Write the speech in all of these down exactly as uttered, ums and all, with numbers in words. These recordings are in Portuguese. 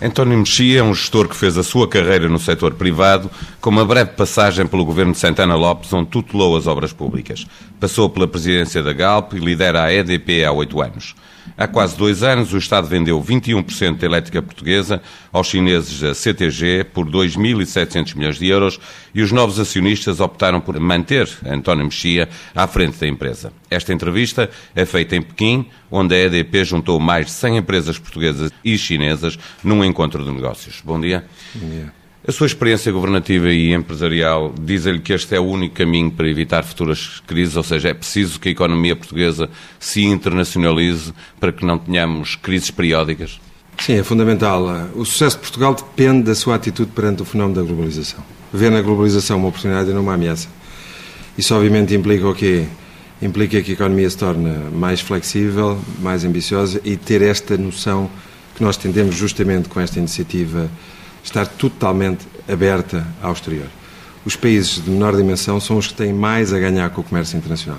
António Mexia é um gestor que fez a sua carreira no setor privado, com uma breve passagem pelo governo de Santana Lopes, onde tutelou as obras públicas. Passou pela presidência da Galp e lidera a E D P há oito anos. Há quase dois anos, o Estado vendeu vinte e um por cento da elétrica portuguesa aos chineses a C T G por dois mil e setecentos milhões de euros e os novos acionistas optaram por manter António Mexia à frente da empresa. Esta entrevista é feita em Pequim, onde a E D P juntou mais de cem empresas portuguesas e chinesas num encontro de negócios. Bom dia. Bom dia. A sua experiência governativa e empresarial diz-lhe que este é o único caminho para evitar futuras crises, ou seja, é preciso que a economia portuguesa se internacionalize para que não tenhamos crises periódicas? Sim, é fundamental. O sucesso de Portugal depende da sua atitude perante o fenómeno da globalização. Ver na globalização uma oportunidade e não uma ameaça. Isso obviamente implica o quê? Implica que a economia se torne mais flexível, mais ambiciosa e ter esta noção que nós tendemos justamente com esta iniciativa estar totalmente aberta ao exterior. Os países de menor dimensão são os que têm mais a ganhar com o comércio internacional.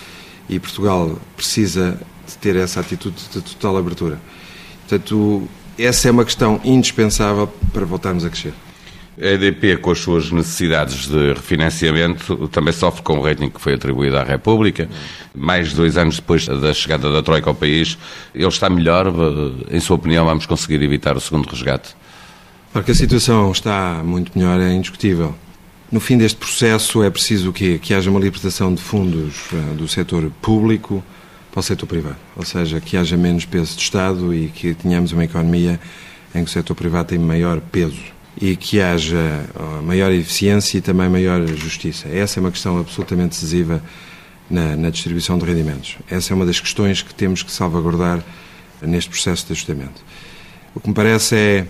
E Portugal precisa de ter essa atitude de total abertura. Portanto, essa é uma questão indispensável para voltarmos a crescer. A E D P, com as suas necessidades de refinanciamento, também sofre com o rating que foi atribuído à República. Mais de dois anos depois da chegada da Troika ao país, ele está melhor? Em sua opinião, vamos conseguir evitar o segundo resgate? Porque a situação está muito melhor, é indiscutível. No fim deste processo é preciso que, que haja uma libertação de fundos uh, do setor público para o setor privado. Ou seja, que haja menos peso de Estado e que tenhamos uma economia em que o setor privado tem maior peso. E que haja uh, maior eficiência e também maior justiça. Essa é uma questão absolutamente decisiva na, na distribuição de rendimentos. Essa é uma das questões que temos que salvaguardar neste processo de ajustamento. O que me parece é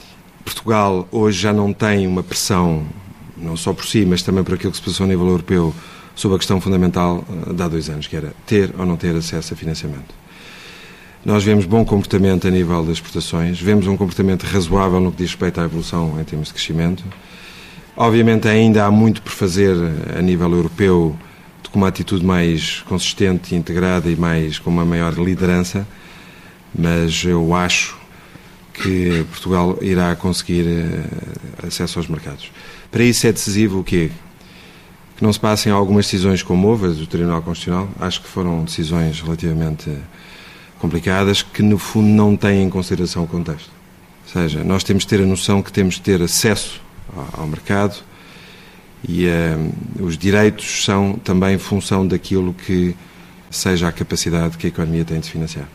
Portugal hoje já não tem uma pressão, não só por si, mas também por aquilo que se passou a nível europeu, sobre a questão fundamental de há dois anos, que era ter ou não ter acesso a financiamento. Nós vemos bom comportamento a nível das exportações, vemos um comportamento razoável no que diz respeito à evolução em termos de crescimento. Obviamente ainda há muito por fazer a nível europeu, com uma atitude mais consistente, integrada e mais, com uma maior liderança, mas eu acho que Portugal irá conseguir acesso aos mercados. Para isso é decisivo o quê? Que não se passem algumas decisões como houve do Tribunal Constitucional. Acho que foram decisões relativamente complicadas que, no fundo, não têm em consideração o contexto. Ou seja, nós temos de ter a noção que temos de ter acesso ao mercado e uh, os direitos são também função daquilo que seja a capacidade que a economia tem de se financiar.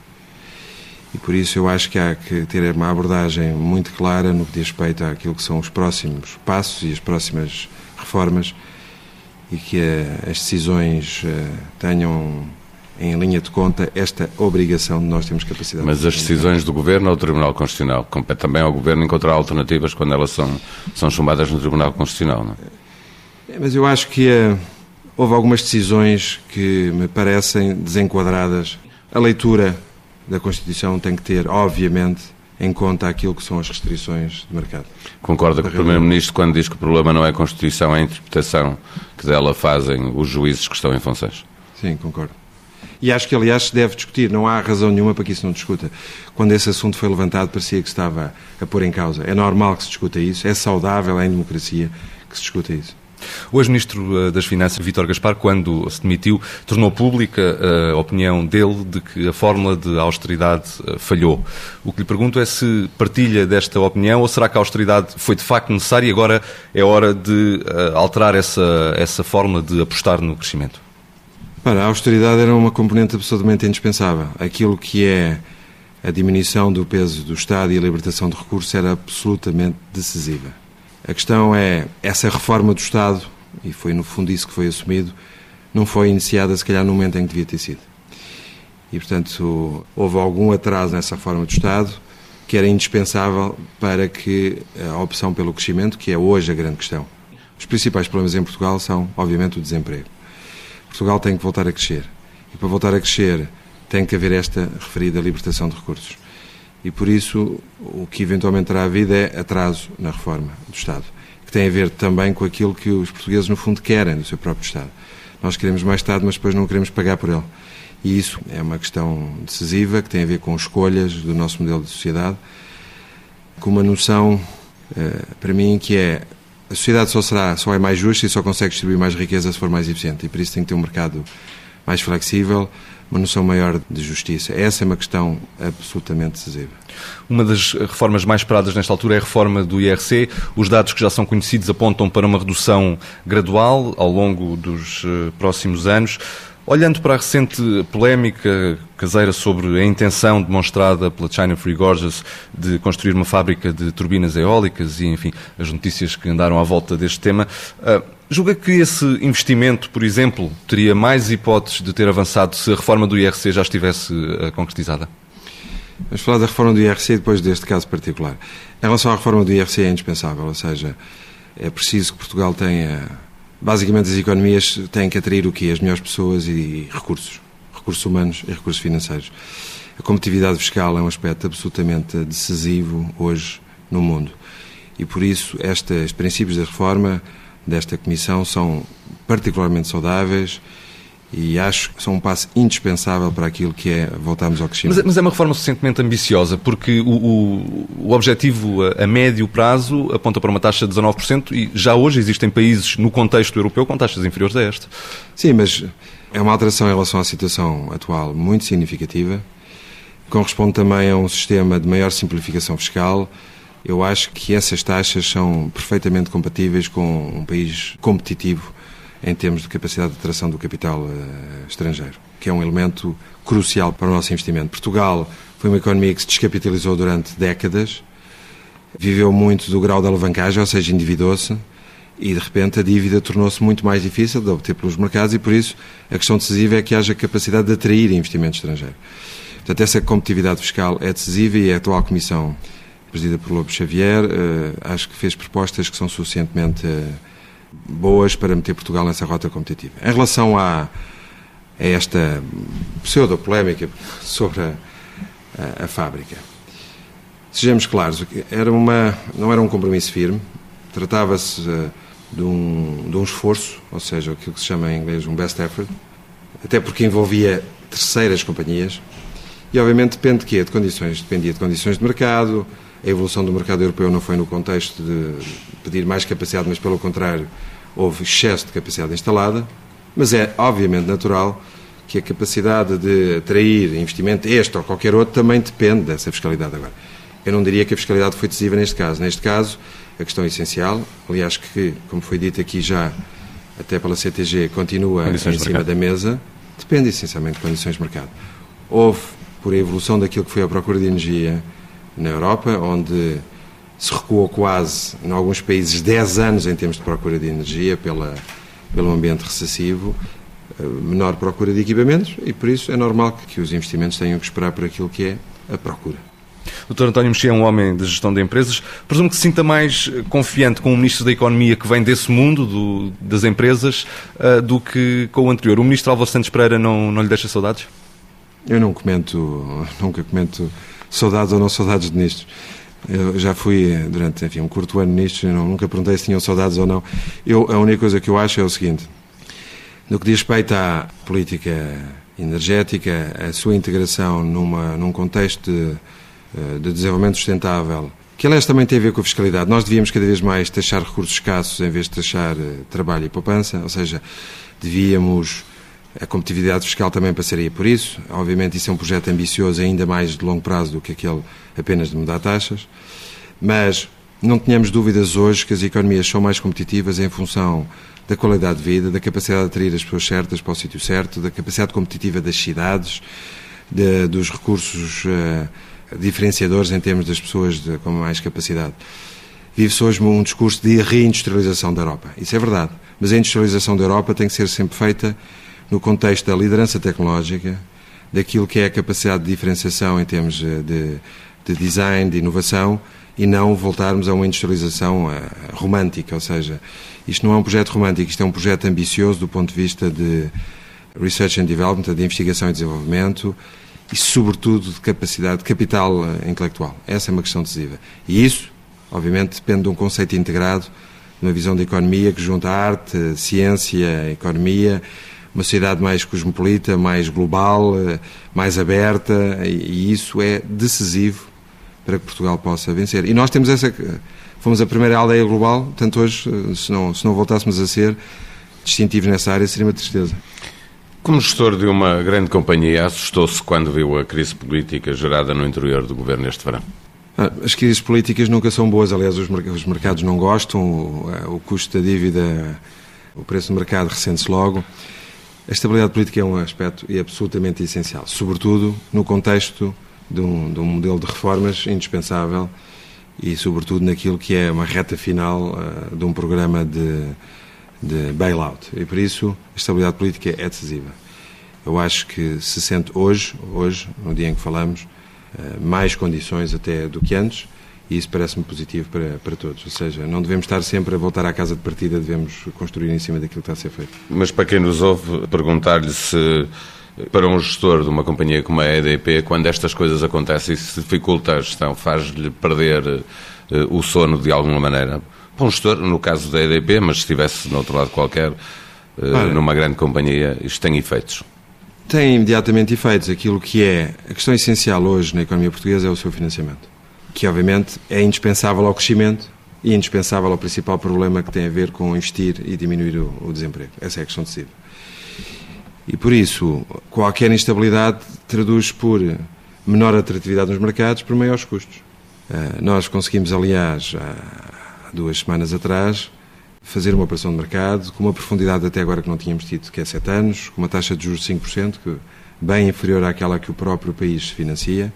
E por isso eu acho que há que ter uma abordagem muito clara no que diz respeito àquilo que são os próximos passos e as próximas reformas e que uh, as decisões uh, tenham em linha de conta esta obrigação de nós termos capacidade. Mas de as decisões do Governo ou do Tribunal Constitucional? Compete também ao Governo encontrar alternativas quando elas são, são chumbadas no Tribunal Constitucional, não é? É, mas eu acho que uh, houve algumas decisões que me parecem desenquadradas. A leitura da Constituição tem que ter, obviamente, em conta aquilo que são as restrições de mercado. Concorda com o Primeiro-Ministro quando diz que o problema não é a Constituição, é a interpretação que dela fazem os juízes que estão em funções? Sim, concordo. E acho que, aliás, se deve discutir. Não há razão nenhuma para que isso não discuta. Quando esse assunto foi levantado, parecia que se estava a pôr em causa. É normal que se discuta isso, é saudável, é em democracia que se discuta isso. O ex-ministro das Finanças, Vítor Gaspar, quando se demitiu, tornou pública a opinião dele de que a fórmula de austeridade falhou. O que lhe pergunto é se partilha desta opinião ou será que a austeridade foi de facto necessária e agora é hora de alterar essa, essa fórmula de apostar no crescimento? Para, a austeridade era uma componente absolutamente indispensável. Aquilo que é a diminuição do peso do Estado e a libertação de recursos era absolutamente decisiva. A questão é, essa reforma do Estado, e foi no fundo isso que foi assumido, não foi iniciada se calhar no momento em que devia ter sido. E, portanto, houve algum atraso nessa reforma do Estado que era indispensável para que a opção pelo crescimento, que é hoje a grande questão. Os principais problemas em Portugal são, obviamente, o desemprego. Portugal tem que voltar a crescer. E para voltar a crescer tem que haver esta referida libertação de recursos. E por isso o que eventualmente terá havido é atraso na reforma do Estado, que tem a ver também com aquilo que os portugueses no fundo querem do seu próprio Estado. Nós queremos mais Estado, mas depois não queremos pagar por ele. E isso é uma questão decisiva que tem a ver com escolhas do nosso modelo de sociedade. com uma noção, para mim, que é a sociedade só, será, só é mais justa e só consegue distribuir mais riqueza se for mais eficiente. E por isso tem que ter um mercado mais flexível, uma noção maior de justiça. Essa é uma questão absolutamente decisiva. Uma das reformas mais esperadas nesta altura é a reforma do I R C. Os dados que já são conhecidos apontam para uma redução gradual ao longo dos próximos anos. Olhando para a recente polémica caseira sobre a intenção demonstrada pela China Free Gorges de construir uma fábrica de turbinas eólicas e, enfim, as notícias que andaram à volta deste tema, uh, julga que esse investimento, por exemplo, teria mais hipóteses de ter avançado se a reforma do I R C já estivesse uh, concretizada? Vamos falar da reforma do I R C depois deste caso particular. Em relação à reforma do I R C é indispensável, ou seja, é preciso que Portugal tenha... Basicamente, as economias têm que atrair o quê? As melhores pessoas e recursos. Recursos humanos e recursos financeiros. A competitividade fiscal é um aspecto absolutamente decisivo hoje no mundo. E, por isso, estes princípios da reforma desta Comissão são particularmente saudáveis e acho que são um passo indispensável para aquilo que é voltarmos ao crescimento. Mas, mas é uma reforma suficientemente ambiciosa, porque o, o, o objetivo a, a médio prazo aponta para uma taxa de dezanove por cento e já hoje existem países no contexto europeu com taxas inferiores a esta. Sim, mas é uma alteração em relação à situação atual muito significativa, corresponde também a um sistema de maior simplificação fiscal. Eu acho que essas taxas são perfeitamente compatíveis com um país competitivo em termos de capacidade de atração do capital uh, estrangeiro, que é um elemento crucial para o nosso investimento. Portugal foi uma economia que se descapitalizou durante décadas, viveu muito do grau de alavancagem, ou seja, endividou-se, e de repente a dívida tornou-se muito mais difícil de obter pelos mercados e por isso a questão decisiva é que haja capacidade de atrair investimento estrangeiro. Portanto, essa competitividade fiscal é decisiva e a atual Comissão, presidida por Lobo Xavier, uh, acho que fez propostas que são suficientemente... Uh, boas para meter Portugal nessa rota competitiva. Em relação a, a esta pseudo-polémica sobre a, a, a fábrica, sejamos claros, era uma, não era um compromisso firme, tratava-se uh, de, um, de um esforço, ou seja, aquilo que se chama em inglês um best effort, até porque envolvia terceiras companhias, e obviamente depende de quê? De condições, dependia de condições de mercado. A evolução do mercado europeu não foi no contexto de pedir mais capacidade, mas pelo contrário, houve excesso de capacidade instalada, mas é obviamente natural que a capacidade de atrair investimento, este ou qualquer outro, também depende dessa fiscalidade agora. Eu não diria que a fiscalidade foi decisiva neste caso. Neste caso, a questão essencial, aliás que, como foi dito aqui já, até pela C T G, continua condições em cima da mesa, depende essencialmente de condições de mercado. Houve, por a evolução daquilo que foi a procura de energia na Europa, onde se recuou quase, em alguns países, dez anos em termos de procura de energia pela, pelo ambiente recessivo, menor procura de equipamentos e, por isso, é normal que os investimentos tenham que esperar por aquilo que é a procura. doutor António Mexia é um homem de gestão de empresas. Presumo que se sinta mais confiante com o Ministro da Economia, que vem desse mundo do, das empresas, uh, do que com o anterior. O Ministro Álvaro Santos Pereira não, não lhe deixa saudades? Eu não comento, nunca comento saudades ou não saudades de ministros. Eu já fui durante, enfim, um curto ano ministro, eu nunca perguntei se tinham saudades ou não. Eu, a única coisa que eu acho é o seguinte: no que diz respeito à política energética, a sua integração numa, num contexto de, de desenvolvimento sustentável, que aliás também tem a ver com a fiscalidade. Nós devíamos cada vez mais taxar recursos escassos em vez de taxar trabalho e poupança, ou seja, devíamos... A competitividade fiscal também passaria por isso. Obviamente isso é um projeto ambicioso, ainda mais de longo prazo do que aquele apenas de mudar taxas. Mas não tenhamos dúvidas hoje que as economias são mais competitivas em função da qualidade de vida, da capacidade de atrair as pessoas certas para o sítio certo, da capacidade competitiva das cidades, de, dos recursos uh, diferenciadores em termos das pessoas de, com mais capacidade. Vive-se hoje um discurso de reindustrialização da Europa. Isso é verdade. Mas a industrialização da Europa tem que ser sempre feita no contexto da liderança tecnológica, daquilo que é a capacidade de diferenciação em termos de, de design, de inovação, e não voltarmos a uma industrialização uh, romântica, ou seja, isto não é um projeto romântico, isto é um projeto ambicioso do ponto de vista de research and development, de investigação e desenvolvimento, e sobretudo de capacidade, de capital uh, intelectual. Essa é uma questão decisiva. E isso, obviamente, depende de um conceito integrado, de uma visão de economia que junta arte, ciência, economia, uma sociedade mais cosmopolita, mais global, mais aberta, e isso é decisivo para que Portugal possa vencer. E nós temos essa... Fomos a primeira aldeia global, portanto hoje, se não, se não voltássemos a ser distintivos nessa área, seria uma tristeza. Como gestor de uma grande companhia, assustou-se quando viu a crise política gerada no interior do governo este verão? As crises políticas nunca são boas, aliás, os mercados não gostam, o custo da dívida, o preço do mercado ressente-se logo. A estabilidade política é um aspecto absolutamente essencial, sobretudo no contexto de um, de um modelo de reformas indispensável e, sobretudo, naquilo que é uma reta final uh, de um programa de, de bailout. E, por isso, a estabilidade política é decisiva. Eu acho que se sente hoje, hoje, no dia em que falamos, uh, mais condições até do que antes, e isso parece-me positivo para, para todos. Ou seja, não devemos estar sempre a voltar à casa de partida, devemos construir em cima daquilo que está a ser feito. Mas para quem nos ouve, perguntar-lhe se, para um gestor de uma companhia como a E D P, quando estas coisas acontecem, se dificulta a gestão, faz-lhe perder uh, o sono de alguma maneira. Para um gestor, no caso da E D P, mas se estivesse no outro lado qualquer, uh, Olha, numa grande companhia, isto tem efeitos? Tem imediatamente efeitos. Aquilo que é a questão essencial hoje na economia portuguesa é o seu financiamento, que obviamente é indispensável ao crescimento e indispensável ao principal problema que tem a ver com investir e diminuir o, o desemprego. Essa é a questão decisiva. E por isso, qualquer instabilidade traduz por menor atratividade nos mercados, por maiores custos. Uh, nós conseguimos, aliás, há duas semanas atrás, fazer uma operação de mercado com uma profundidade até agora que não tínhamos tido, que é sete anos, com uma taxa de juros de cinco por cento, que bem inferior àquela que o próprio país se financia.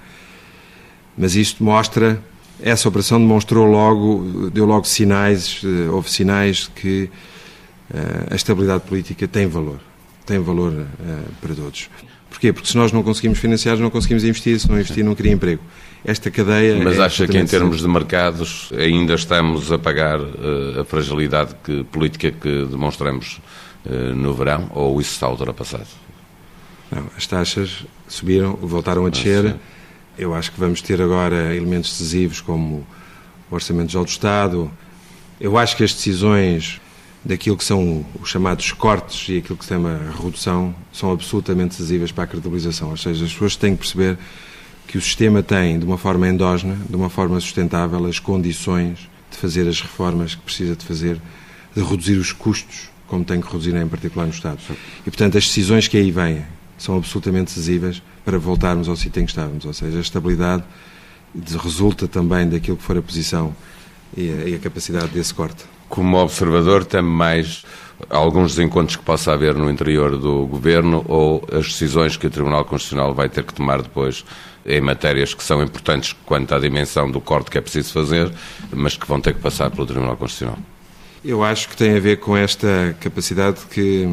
Mas isto mostra, essa operação demonstrou logo, deu logo sinais, houve sinais que uh, a estabilidade política tem valor, tem valor uh, para todos. Porquê? Porque se nós não conseguimos financiar, não conseguimos investir, se não investir não cria emprego. Esta cadeia... Mas é acha que em termos de mercados ainda estamos a pagar uh, a fragilidade que, política que demonstramos uh, no verão, ou isso está ultrapassado? Não, as taxas subiram, voltaram a descer. Ah, Eu acho que vamos ter agora elementos decisivos como o Orçamento Geral do Estado. Eu acho que as decisões daquilo que são os chamados cortes e aquilo que se chama a redução são absolutamente decisivas para a credibilização. Ou seja, as pessoas têm que perceber que o sistema tem, de uma forma endógena, de uma forma sustentável, as condições de fazer as reformas que precisa de fazer, de reduzir os custos, como tem que reduzir em particular no Estado. E, portanto, as decisões que aí vêm são absolutamente decisivas para voltarmos ao sítio em que estávamos. Ou seja, a estabilidade resulta também daquilo que for a posição e a, e a capacidade desse corte. Como observador, teme mais alguns desencontros que possa haver no interior do Governo ou as decisões que o Tribunal Constitucional vai ter que tomar depois em matérias que são importantes quanto à dimensão do corte que é preciso fazer, mas que vão ter que passar pelo Tribunal Constitucional? Eu acho que tem a ver com esta capacidade que,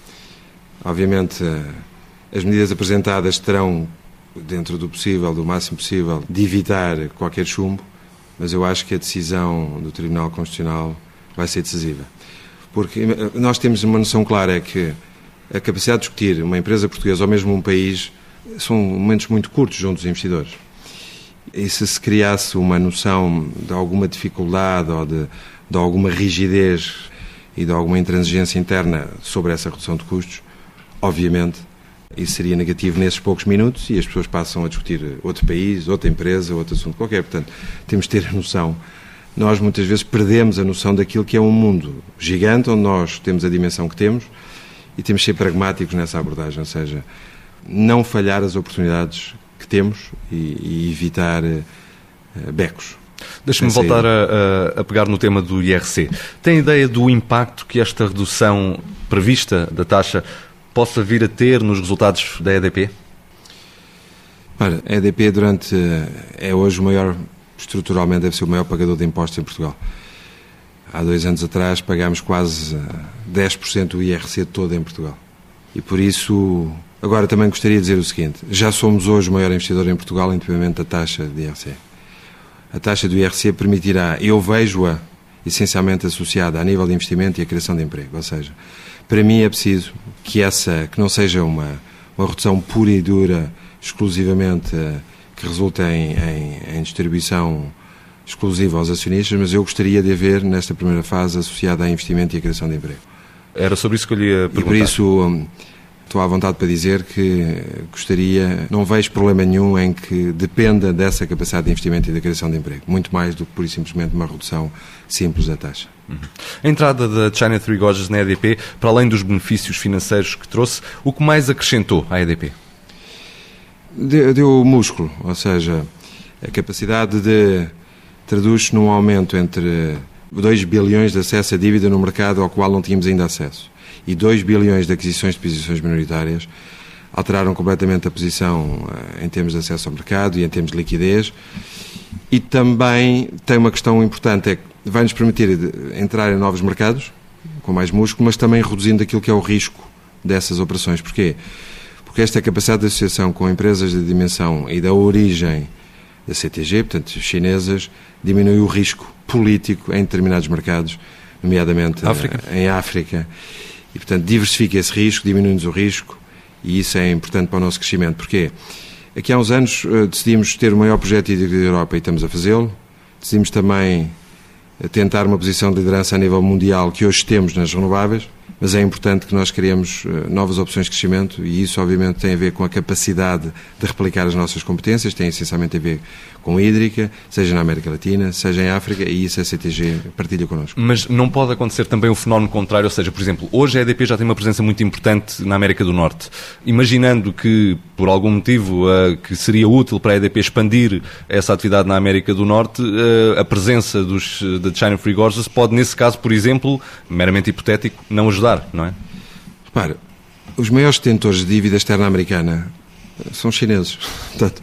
obviamente, as medidas apresentadas terão, dentro do possível, do máximo possível, de evitar qualquer chumbo, mas eu acho que a decisão do Tribunal Constitucional vai ser decisiva. Porque nós temos uma noção clara, é que a capacidade de discutir uma empresa portuguesa ou mesmo um país são momentos muito curtos junto dos investidores. E se se criasse uma noção de alguma dificuldade ou de, de alguma rigidez e de alguma intransigência interna sobre essa redução de custos, obviamente isso seria negativo nesses poucos minutos e as pessoas passam a discutir outro país, outra empresa, outro assunto qualquer. Portanto, temos de ter a noção. Nós muitas vezes perdemos a noção daquilo que é um mundo gigante, onde nós temos a dimensão que temos e temos de ser pragmáticos nessa abordagem, ou seja, não falhar as oportunidades que temos e, e evitar uh, becos. Deixa-me voltar a, a pegar no tema do I R C. Tem ideia do impacto que esta redução prevista da taxa possa vir a ter nos resultados da E D P? Olha, a E D P durante, é hoje o maior, estruturalmente deve ser o maior pagador de impostos em Portugal. Há dois anos atrás pagámos quase dez por cento do I R C todo em Portugal. E por isso, agora também gostaria de dizer o seguinte, já somos hoje o maior investidor em Portugal, independente da taxa de I R C. A taxa do I R C permitirá, eu vejo-a essencialmente associada a nível de investimento e a criação de emprego, ou seja, para mim é preciso que essa, que não seja uma, uma redução pura e dura, exclusivamente, que resulte em, em, em distribuição exclusiva aos acionistas, mas eu gostaria de haver, nesta primeira fase, associada a investimento e a criação de emprego. Era sobre isso que eu lhe ia perguntar. E por isso, estou à vontade para dizer que gostaria, não vejo problema nenhum em que dependa dessa capacidade de investimento e da criação de emprego, muito mais do que pura e simplesmente uma redução simples da taxa. Uhum. A entrada da China Three Gorges na E D P, para além dos benefícios financeiros que trouxe, o que mais acrescentou à E D P? Deu, deu músculo, ou seja, a capacidade de traduz-se num aumento entre dois bilhões de acesso a dívida no mercado ao qual não tínhamos ainda acesso e dois bilhões de aquisições de posições minoritárias, alteraram completamente a posição em termos de acesso ao mercado e em termos de liquidez. E também tem uma questão importante, é que vai-nos permitir entrar em novos mercados, com mais músculo, mas também reduzindo aquilo que é o risco dessas operações. Porquê? Porque esta capacidade de associação com empresas de dimensão e da origem da C T G, portanto chinesas, diminui o risco político em determinados mercados, nomeadamente África. em África. E, portanto, diversifica esse risco, diminui-nos o risco, e isso é importante para o nosso crescimento. Porquê? Aqui há uns anos decidimos ter o maior projeto hídrico da Europa e estamos a fazê-lo. Decidimos também tentar uma posição de liderança a nível mundial que hoje temos nas renováveis, mas é importante que nós criemos novas opções de crescimento e isso obviamente tem a ver com a capacidade de replicar as nossas competências, tem essencialmente a ver com hídrica, seja na América Latina, seja em África, e isso a C T G partilha connosco. Mas não pode acontecer também o fenómeno contrário, ou seja, por exemplo, hoje a E D P já tem uma presença muito importante na América do Norte. Imaginando que, por algum motivo, uh, que seria útil para a E D P expandir essa atividade na América do Norte, uh, a presença dos, da China Three Gorges pode, nesse caso, por exemplo, meramente hipotético, não ajudar, não é? Repara, os maiores detentores de dívida externa americana são chineses. Portanto,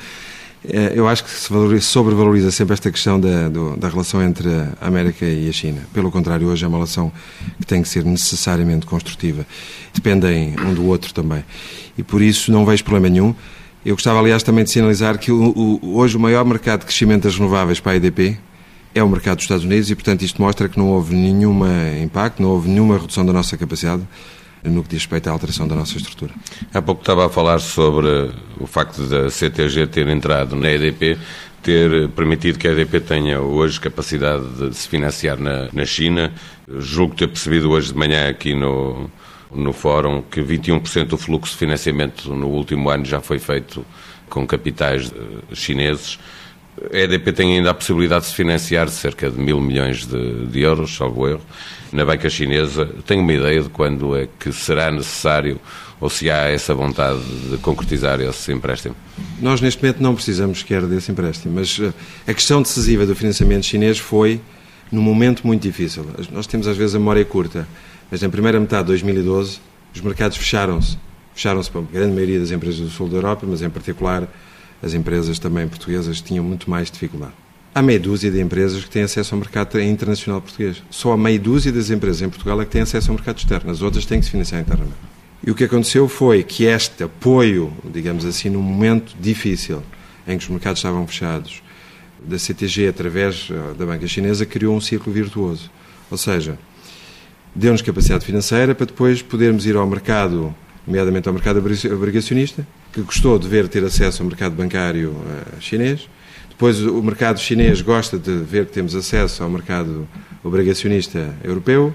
eu acho que se sobrevaloriza sempre esta questão da, do, da relação entre a América e a China. Pelo contrário, hoje é uma relação que tem que ser necessariamente construtiva. Dependem um do outro também. E por isso não vejo problema nenhum. Eu gostava, aliás, também de sinalizar que o, o, hoje o maior mercado de crescimento das renováveis para a E D P é o mercado dos Estados Unidos e, portanto, isto mostra que não houve nenhum impacto, não houve nenhuma redução da nossa capacidade no que diz respeito à alteração da nossa estrutura. Há pouco estava a falar sobre o facto da C T G ter entrado na E D P, ter permitido que a E D P tenha hoje capacidade de se financiar na, na China. Julgo ter percebido hoje de manhã aqui no, no fórum que vinte e um por cento do fluxo de financiamento no último ano já foi feito com capitais chineses. A E D P tem ainda a possibilidade de se financiar de cerca de mil milhões de, de euros, salvo erro, na banca chinesa. Tenho uma ideia de quando é que será necessário ou se há essa vontade de concretizar esse empréstimo? Nós, neste momento, não precisamos sequer desse empréstimo, mas a questão decisiva do financiamento chinês foi num momento muito difícil. Nós temos, às vezes, a memória curta, mas na primeira metade de dois mil e doze os mercados fecharam-se. Fecharam-se para a grande maioria das empresas do sul da Europa, mas, em particular, as empresas também portuguesas tinham muito mais dificuldade. Há meia dúzia de empresas que têm acesso ao mercado internacional português. Só a meia dúzia das empresas em Portugal é que têm acesso ao mercado externo. As outras têm que se financiar internamente. E o que aconteceu foi que este apoio, digamos assim, num momento difícil, em que os mercados estavam fechados, da C T G através da banca chinesa, criou um círculo virtuoso. Ou seja, deu-nos capacidade financeira para depois podermos ir ao mercado, nomeadamente ao mercado obrigacionista, que gostou de ver ter acesso ao mercado bancário uh, chinês. Depois o mercado chinês gosta de ver que temos acesso ao mercado obrigacionista europeu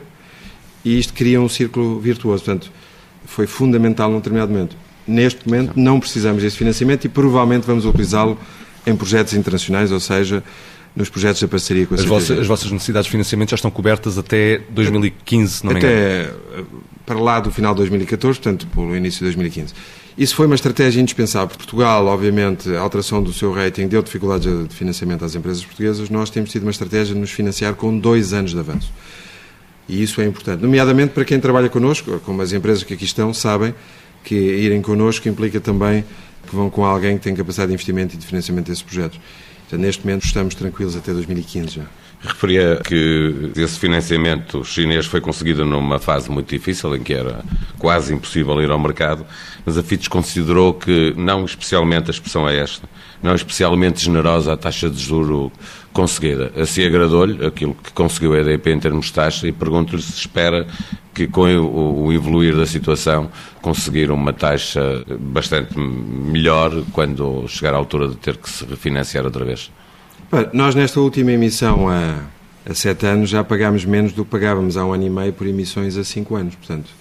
e isto cria um círculo virtuoso. Portanto, foi fundamental num determinado momento. Neste momento não precisamos desse financiamento e provavelmente vamos utilizá-lo em projetos internacionais, ou seja, nos projetos da parceria com a as C T G. Vossas, as vossas necessidades de financiamento já estão cobertas até dois mil e quinze, se não me engano. Até para lá do final de dois mil e catorze, portanto, pelo início de dois mil e quinze. Isso foi uma estratégia indispensável. Portugal, obviamente, a alteração do seu rating deu dificuldades de financiamento às empresas portuguesas. Nós temos tido uma estratégia de nos financiar com dois anos de avanço. E isso é importante. Nomeadamente para quem trabalha connosco, como as empresas que aqui estão, sabem que irem connosco implica também que vão com alguém que tem capacidade de investimento e de financiamento desses projetos. Então, neste momento, estamos tranquilos até dois mil e quinze já. Referia que esse financiamento chinês foi conseguido numa fase muito difícil, em que era quase impossível ir ao mercado, mas a Fitch considerou que, não especialmente, a expressão é esta, não especialmente generosa a taxa de juro conseguida. Assim agradou-lhe aquilo que conseguiu a E D P em termos de taxa e pergunto-lhe se espera que, com o evoluir da situação, conseguir uma taxa bastante melhor quando chegar à altura de ter que se refinanciar outra vez. Nós, nesta última emissão, há, há sete anos, já pagámos menos do que pagávamos há um ano e meio por emissões a cinco anos. Portanto,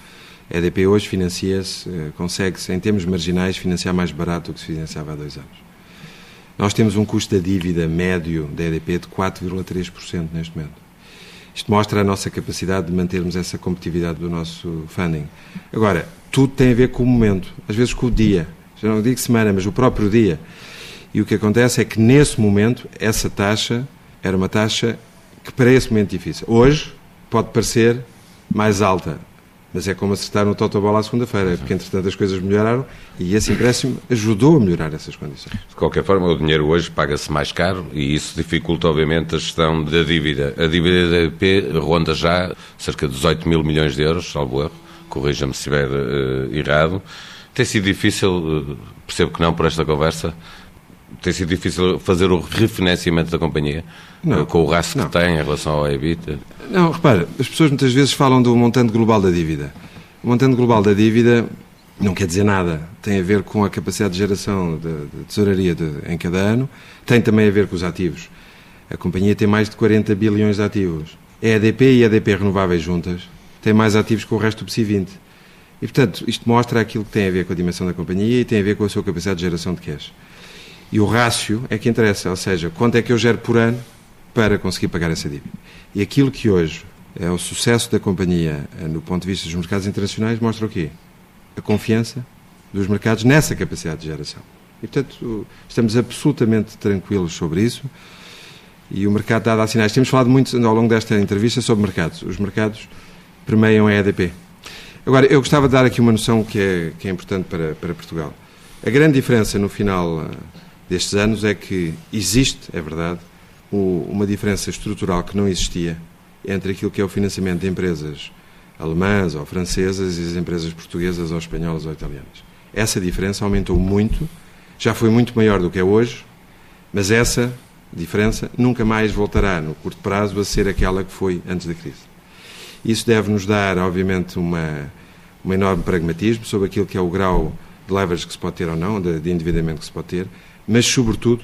A E D P hoje financia-se, consegue-se, em termos marginais, financiar mais barato do que se financiava há dois anos. Nós temos um custo da dívida médio da E D P de quatro vírgula três por cento neste momento. Isto mostra a nossa capacidade de mantermos essa competitividade do nosso funding. Agora, tudo tem a ver com o momento, às vezes com o dia. Já não digo semana, mas o próprio dia. E o que acontece é que, nesse momento, essa taxa era uma taxa que, para esse momento, difícil. Hoje, pode parecer mais alta, mas é como acertar no Totobola à segunda-feira, porque, entretanto, as coisas melhoraram e esse empréstimo ajudou a melhorar essas condições. De qualquer forma, o dinheiro hoje paga-se mais caro e isso dificulta, obviamente, a gestão da dívida. A dívida da E D P ronda já cerca de dezoito mil milhões de euros, salvo erro, corrija-me se estiver uh, errado. Tem sido difícil, uh, percebo que não por esta conversa, tem sido difícil fazer o refinanciamento da companhia, não, uh, com o rastro não. que tem em relação ao EBITDA? Não, repara, as pessoas muitas vezes falam do montante global da dívida. O montante global da dívida não quer dizer nada. Tem a ver com a capacidade de geração de, de tesouraria de, em cada ano. Tem também a ver com os ativos. A companhia tem mais de quarenta bilhões de ativos. A E D P e a E D P Renováveis juntas têm mais ativos que o resto do P S I vinte. E, portanto, isto mostra aquilo que tem a ver com a dimensão da companhia e tem a ver com a sua capacidade de geração de cash. E o rácio é que interessa, ou seja, quanto é que eu gero por ano para conseguir pagar essa dívida. E aquilo que hoje é o sucesso da companhia no ponto de vista dos mercados internacionais mostra o quê? A confiança dos mercados nessa capacidade de geração. E, portanto, estamos absolutamente tranquilos sobre isso e o mercado dá sinais. Temos falado muito ao longo desta entrevista sobre mercados. Os mercados permeiam a E D P. Agora, eu gostava de dar aqui uma noção que é, que é importante para, para Portugal. A grande diferença no final destes anos é que existe, é verdade, uma diferença estrutural que não existia entre aquilo que é o financiamento de empresas alemãs ou francesas e as empresas portuguesas ou espanholas ou italianas. Essa diferença aumentou muito, já foi muito maior do que é hoje, mas essa diferença nunca mais voltará, no curto prazo, a ser aquela que foi antes da crise. Isso deve-nos dar, obviamente, uma, um enorme pragmatismo sobre aquilo que é o grau de leverage que se pode ter ou não, de, de endividamento que se pode ter, mas, sobretudo,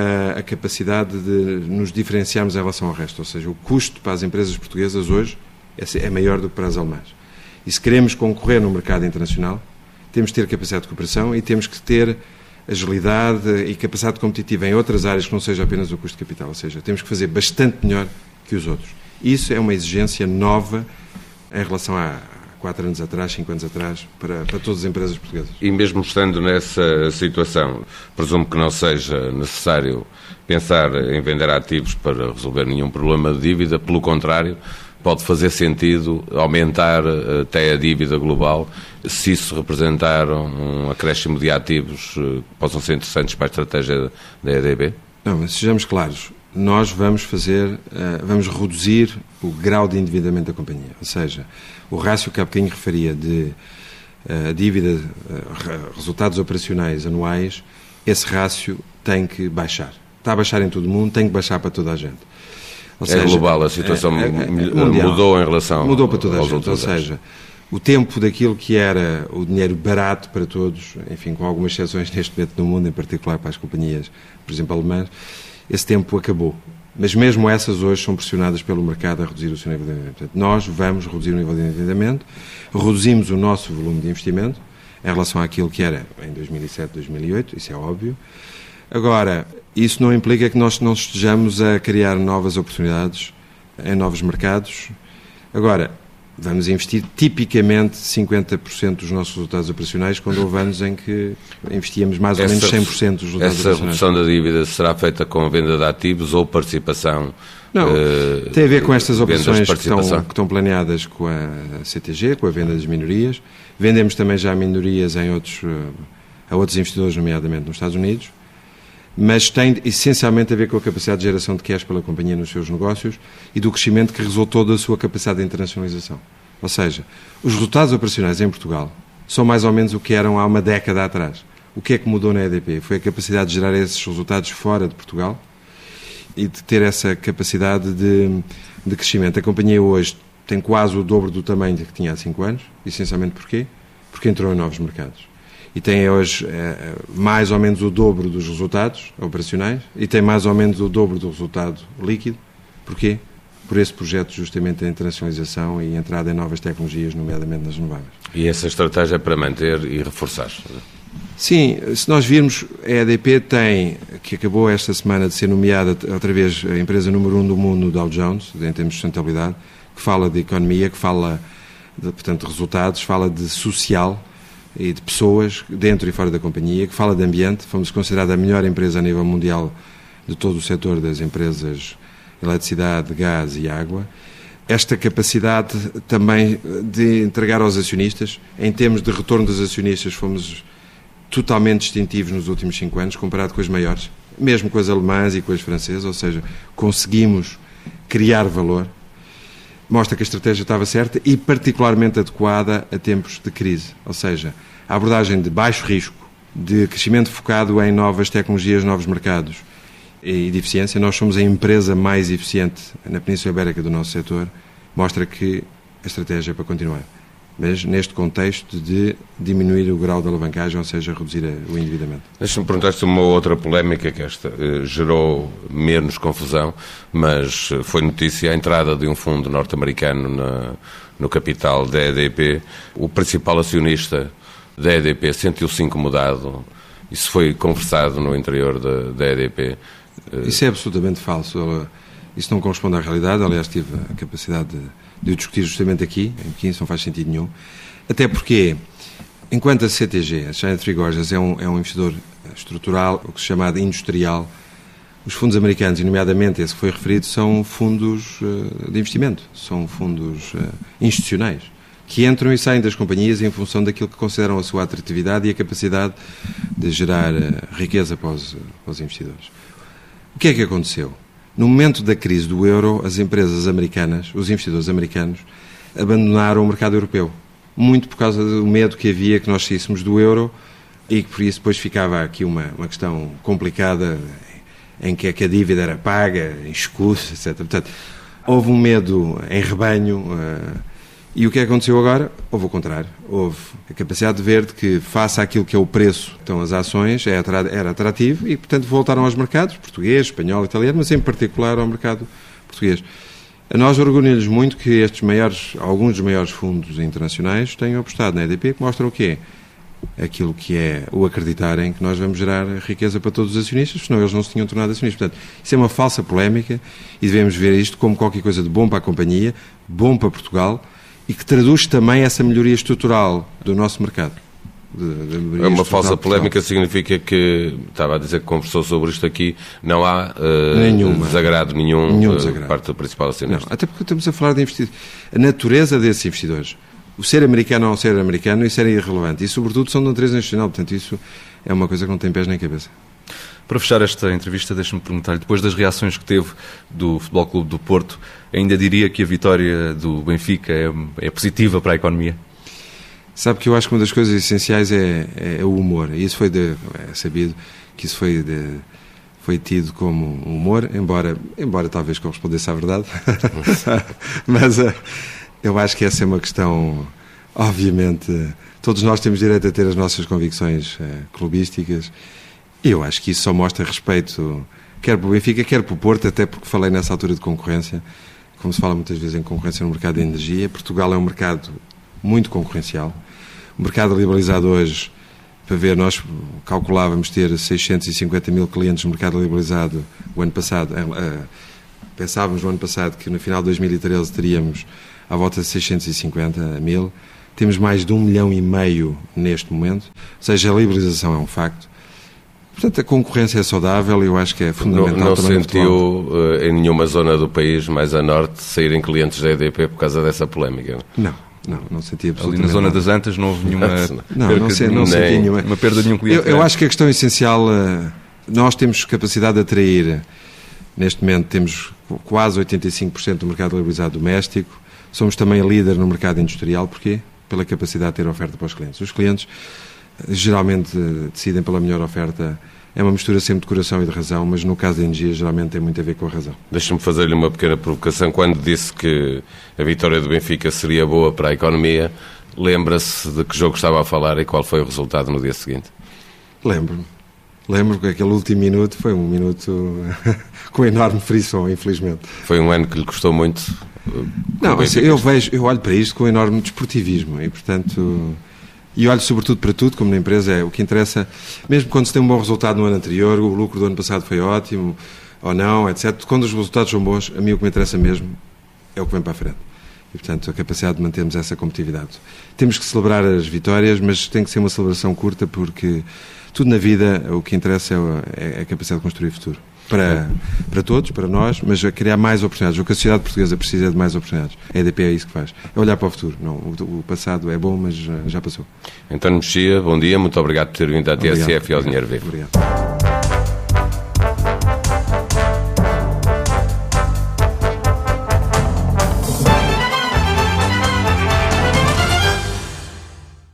a capacidade de nos diferenciarmos em relação ao resto. Ou seja, o custo para as empresas portuguesas hoje é maior do que para as alemãs. E se queremos concorrer no mercado internacional, temos que ter capacidade de cooperação e temos que ter agilidade e capacidade competitiva em outras áreas que não seja apenas o custo de capital. Ou seja, temos que fazer bastante melhor que os outros. Isso é uma exigência nova em relação a quatro anos atrás, cinco anos atrás, para, para todas as empresas portuguesas. E mesmo estando nessa situação, presumo que não seja necessário pensar em vender ativos para resolver nenhum problema de dívida, pelo contrário, pode fazer sentido aumentar até a dívida global, se isso representar um acréscimo de ativos que possam ser interessantes para a estratégia da E D B? Não, mas sejamos claros, nós vamos fazer, vamos reduzir o grau de endividamento da companhia, ou seja, o rácio que há bocadinho referia de uh, dívida, uh, resultados operacionais anuais, esse rácio tem que baixar. Está a baixar em todo o mundo, tem que baixar para toda a gente. Ou é seja, global, a situação é, é, é, mundial, mudou em relação mudou para toda a gente, ou seja, o tempo daquilo que era o dinheiro barato para todos, enfim, com algumas exceções neste momento no mundo, em particular para as companhias, por exemplo, alemãs, esse tempo acabou. Mas mesmo essas hoje são pressionadas pelo mercado a reduzir o seu nível de endividamento. Portanto, nós vamos reduzir o nível de endividamento, reduzimos o nosso volume de investimento em relação àquilo que era em dois mil e sete, dois mil e oito, isso é óbvio. Agora, isso não implica que nós não estejamos a criar novas oportunidades em novos mercados. Agora, vamos investir tipicamente cinquenta por cento dos nossos resultados operacionais, quando houve anos em que investíamos mais ou menos cem por cento dos resultados essa operacionais. Essa redução da dívida será feita com venda de ativos ou participação? Não, uh, tem a ver com estas operações que estão, que estão planeadas com a C T G, com a venda das minorias. Vendemos também já minorias em outros, a outros investidores, nomeadamente nos Estados Unidos. Mas tem essencialmente a ver com a capacidade de geração de cash pela companhia nos seus negócios e do crescimento que resultou da sua capacidade de internacionalização. Ou seja, os resultados operacionais em Portugal são mais ou menos o que eram há uma década atrás. O que é que mudou na E D P? Foi a capacidade de gerar esses resultados fora de Portugal e de ter essa capacidade de, de crescimento. A companhia hoje tem quase o dobro do tamanho que tinha há cinco anos. Essencialmente porquê? Porque entrou em novos mercados. E tem hoje é, mais ou menos o dobro dos resultados operacionais e tem mais ou menos o dobro do resultado líquido. Porquê? por esse projeto justamente da internacionalização e entrada em novas tecnologias, nomeadamente nas renováveis. E essa estratégia é para manter e reforçar? Sim, se nós virmos, a E D P tem, que acabou esta semana de ser nomeada outra vez a empresa número um do mundo no Dow Jones, em termos de sustentabilidade, que fala de economia, que fala de, portanto, de resultados, fala de social e de pessoas dentro e fora da companhia, que fala de ambiente. Fomos considerada a melhor empresa a nível mundial de todo o setor das empresas de eletricidade, gás e água. Esta capacidade também de entregar aos acionistas, em termos de retorno dos acionistas, fomos totalmente distintivos nos últimos cinco anos, comparado com as maiores, mesmo com as alemãs e com as francesas, ou seja, conseguimos criar valor. Mostra que a estratégia estava certa e particularmente adequada a tempos de crise, ou seja, a abordagem de baixo risco, de crescimento focado em novas tecnologias, novos mercados e de eficiência. Nós somos a empresa mais eficiente na Península Ibérica do nosso setor, mostra que a estratégia é para continuar, mas neste contexto de diminuir o grau de alavancagem, ou seja, reduzir o endividamento. Deixa-me perguntar-te uma outra polémica que esta eh, gerou menos confusão, mas foi notícia a entrada de um fundo norte-americano na, no capital da E D P. O principal acionista da E D P sentiu-se incomodado. Isso foi conversado no interior da, da E D P. Isso é absolutamente falso. Isso não corresponde à realidade. Aliás, tive a capacidade de, de o discutir justamente aqui, em Pequim, isso não faz sentido nenhum. Até porque, enquanto a C T G, a China Three Gorges, é um, é um investidor estrutural, o que se chama de industrial, os fundos americanos, e nomeadamente esse que foi referido, são fundos uh, de investimento, são fundos uh, institucionais, que entram e saem das companhias em função daquilo que consideram a sua atratividade e a capacidade de gerar uh, riqueza para os, para os investidores. O que é que aconteceu? No momento da crise do euro, as empresas americanas, os investidores americanos, abandonaram o mercado europeu. Muito por causa do medo que havia que nós saíssemos do euro e que por isso depois ficava aqui uma, uma questão complicada em que, é que a dívida era paga, em escudo, etcétera. Portanto, houve um medo em rebanho. Uh, e o que aconteceu agora? Houve o contrário. Houve a capacidade de ver de que, face àquilo que é o preço, então as ações, era atrativo e, portanto, voltaram aos mercados, português, espanhol, italiano, mas em particular ao mercado português. A nós orgulhamos muito que estes maiores, alguns dos maiores fundos internacionais tenham apostado na E D P, que mostram o quê? Aquilo que é o acreditarem que nós vamos gerar riqueza para todos os acionistas, senão eles não se tinham tornado acionistas. Portanto, isso é uma falsa polémica e devemos ver isto como qualquer coisa de bom para a companhia, bom para Portugal, e que traduz também essa melhoria estrutural do nosso mercado. De, de é uma falsa polémica, significa que, estava a dizer que conversou sobre isto aqui, não há uh, desagrado nenhum, nenhum uh, desagrado. parte do principal acionista. Não, até porque estamos a falar de investidores. A natureza desses investidores, o ser americano ou não ser americano, isso era irrelevante. E, sobretudo, são de natureza nacional. Portanto, isso é uma coisa que não tem pés nem cabeça. Para fechar esta entrevista, deixe-me perguntar-lhe, depois das reações que teve do Futebol Clube do Porto, ainda diria que a vitória do Benfica é, é positiva para a economia? Sabe que eu acho que uma das coisas essenciais é, é o humor. E isso foi de, é sabido que isso foi, de, foi tido como um humor, embora, embora talvez correspondesse à verdade. Mas uh, eu acho que essa é uma questão, obviamente, todos nós temos direito a ter as nossas convicções uh, clubísticas. E eu acho que isso só mostra respeito, quer para o Benfica, quer para o Porto, até porque falei nessa altura de concorrência, como se fala muitas vezes em concorrência no mercado de energia. Portugal é um mercado muito concorrencial. O mercado liberalizado hoje, para ver, nós calculávamos ter seiscentos e cinquenta mil clientes no mercado liberalizado o ano passado. Pensávamos no ano passado que no final de dois mil e treze teríamos à volta de seiscentos e cinquenta mil. Temos mais de um milhão e meio neste momento. Ou seja, a liberalização é um facto. Portanto, a concorrência é saudável e eu acho que é fundamental. Não, não também sentiu uh, em nenhuma zona do país, mais a norte, saírem clientes da E D P por causa dessa polémica? Não, não, não senti absolutamente. Ali na zona nada. das Antas não houve nenhuma não, perda, não, sei, não nem, senti nenhuma. uma perda de nenhum cliente. Eu, eu acho que a questão essencial, uh, nós temos capacidade de atrair, neste momento temos quase oitenta e cinco por cento do mercado liberalizado doméstico, somos também líder no mercado industrial, porquê? Pela capacidade de ter oferta para os clientes. Os clientes uh, geralmente uh, decidem pela melhor oferta. É uma mistura sempre de coração e de razão, mas no caso da energia geralmente tem muito a ver com a razão. Deixa-me fazer-lhe uma pequena provocação. Quando disse que a vitória do Benfica seria boa para a economia, lembra-se de que jogo estava a falar e qual foi o resultado no dia seguinte? Lembro-me. lembro que aquele último minuto foi um minuto com enorme frição, infelizmente. Foi um ano que lhe custou muito? Não, assim, eu vejo, eu olho para isto com enorme desportivismo e, portanto, e olho sobretudo para tudo, como na empresa é o que interessa, mesmo quando se tem um bom resultado no ano anterior, o lucro do ano passado foi ótimo, ou não, etcétera. Quando os resultados são bons, a mim o que me interessa mesmo é o que vem para a frente. E, portanto, a capacidade de mantermos essa competitividade. Temos que celebrar as vitórias, mas tem que ser uma celebração curta, porque tudo na vida, o que interessa é a capacidade de construir futuro. Para, para todos, para nós, mas a criar mais oportunidades. O que a sociedade portuguesa precisa é de mais oportunidades. A E D P é isso que faz. É olhar para o futuro. Não, o, o passado é bom, mas já, já passou. António Mexia, bom dia. Muito obrigado por ter vindo à T S F e ao Dinheiro Vivo. Obrigado.